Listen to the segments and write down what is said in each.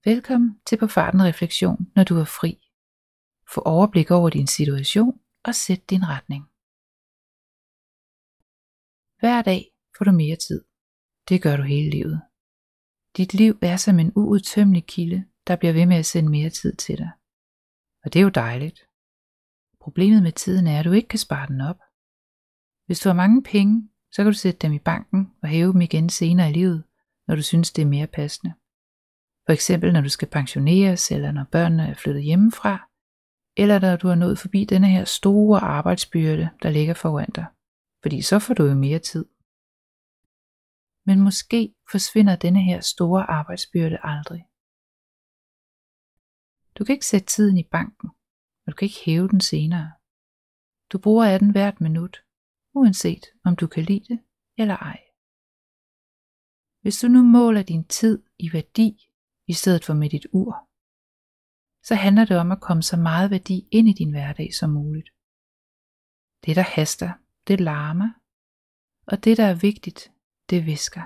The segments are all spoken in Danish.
Velkommen til På Farten Refleksion, når du er fri. Få overblik over din situation og sæt din retning. Hver dag får du mere tid. Det gør du hele livet. Dit liv er som en uudtømmelig kilde, der bliver ved med at sende mere tid til dig. Og det er jo dejligt. Problemet med tiden er, at du ikke kan spare den op. Hvis du har mange penge, så kan du sætte dem i banken og hæve dem igen senere i livet, når du synes det er mere passende. For eksempel når du skal pensioneres, eller når børnene er flyttet hjemmefra, eller når du har nået forbi denne her store arbejdsbyrde, der ligger foran dig. Fordi så får du jo mere tid. Men måske forsvinder denne her store arbejdsbyrde aldrig. Du kan ikke sætte tiden i banken, og du kan ikke hæve den senere. Du bruger af den hvert minut, uanset om du kan lide det eller ej. Hvis du nu måler din tid i værdi, i stedet for med dit ur, så handler det om at komme så meget værdi ind i din hverdag som muligt. Det der haster, det larmer, og det der er vigtigt, det visker.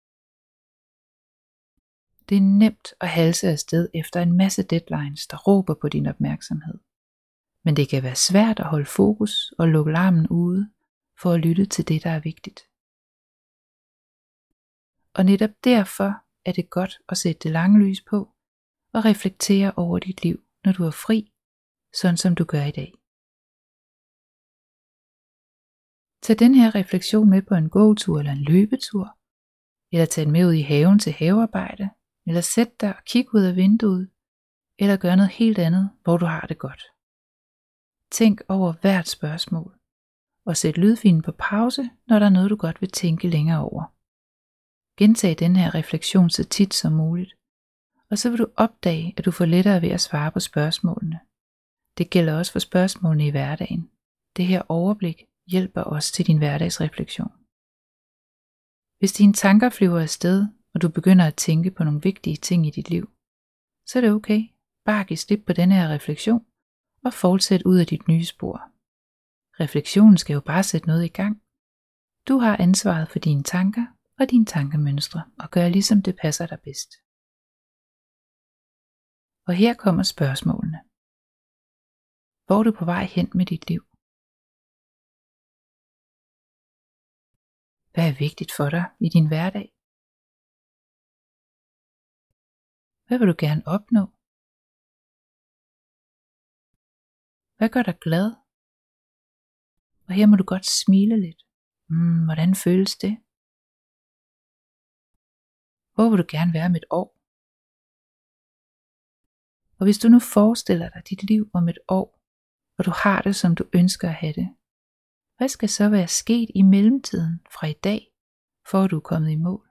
Det er nemt at halse afsted efter en masse deadlines, der råber på din opmærksomhed. Men det kan være svært at holde fokus og lukke larmen ude for at lytte til det, der er vigtigt. Og netop derfor er det godt at sætte det lange lys på og reflektere over dit liv, når du er fri, sådan som du gør i dag. Tag den her refleksion med på en gåtur eller en løbetur, eller tag den med ud i haven til havearbejde, eller sæt dig og kig ud af vinduet, eller gør noget helt andet, hvor du har det godt. Tænk over hvert spørgsmål, og sæt lydfilen på pause, når der er noget, du godt vil tænke længere over. Gentag den her refleksion så tit som muligt, og så vil du opdage, at du får lettere ved at svare på spørgsmålene. Det gælder også for spørgsmålene i hverdagen. Det her overblik hjælper også til din hverdagsrefleksion. Hvis dine tanker flyver afsted, og du begynder at tænke på nogle vigtige ting i dit liv, så er det okay. Bare giv slip på denne her refleksion, og fortsæt ud af dit nye spor. Refleksionen skal jo bare sætte noget i gang. Du har ansvaret for dine tanker og dine tankemønstre, og gør ligesom det passer dig bedst. Og her kommer spørgsmålene. Hvor er du på vej hen med dit liv? Hvad er vigtigt for dig i din hverdag? Hvad vil du gerne opnå? Hvad gør dig glad? Og her må du godt smile lidt. Hvordan føles det? Hvor vil du gerne være om et år? Og hvis du nu forestiller dig dit liv om et år, og du har det som du ønsker at have det, hvad skal så være sket i mellemtiden fra i dag, for at du er kommet i mål?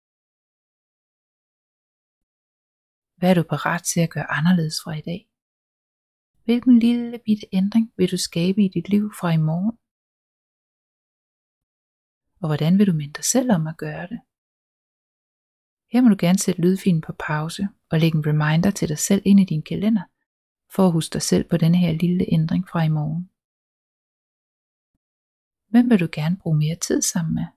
Hvad er du parat til at gøre anderledes fra i dag? Hvilken lille bitte ændring vil du skabe i dit liv fra i morgen? Og hvordan vil du minde dig selv om at gøre det? Her må du gerne sætte lydfilen på pause og lægge en reminder til dig selv ind i din kalender, for at huske dig selv på denne her lille ændring fra i morgen. Hvem vil du gerne bruge mere tid sammen med?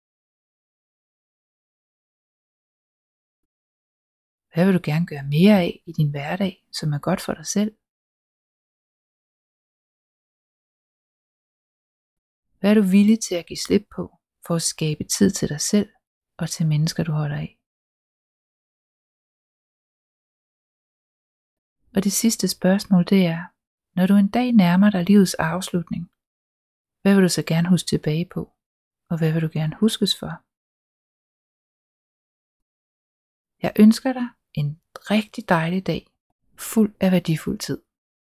Hvad vil du gerne gøre mere af i din hverdag, som er godt for dig selv? Hvad er du villig til at give slip på, for at skabe tid til dig selv og til mennesker, du holder af? Og det sidste spørgsmål, det er, når du en dag nærmer dig livets afslutning, hvad vil du så gerne huske tilbage på? Og hvad vil du gerne huskes for? Jeg ønsker dig en rigtig dejlig dag, fuld af værdifuld tid.